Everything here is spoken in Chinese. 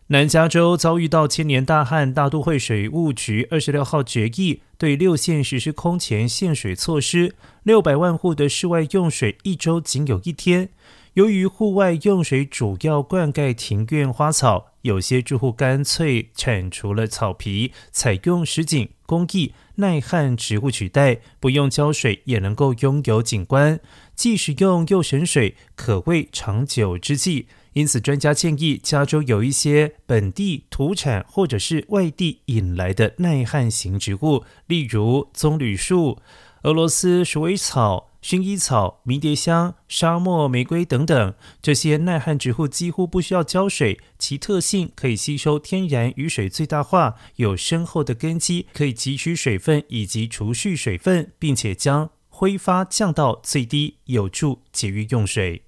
南加州遭遇到千年大旱，大都会水务局26号决议对6县实施空前限水措施，600万户的室外用水1周仅有1天。由于户外用水主要灌溉庭院花草，有些住户干脆铲除了草皮，采用实景、公益、耐旱植物取代，不用浇水也能够拥有景观，既实用又省水，可谓长久之计。因此专家建议加州有一些本地土产或者是外地引来的耐旱型植物，例如棕榈树、俄罗斯鼠尾草、薰衣草、迷迭香、沙漠玫瑰等等。这些耐旱植物几乎不需要浇水，其特性可以吸收天然雨水最大化，有深厚的根基，可以汲取水分以及储蓄水分，并且将挥发降到最低，有助节约用水。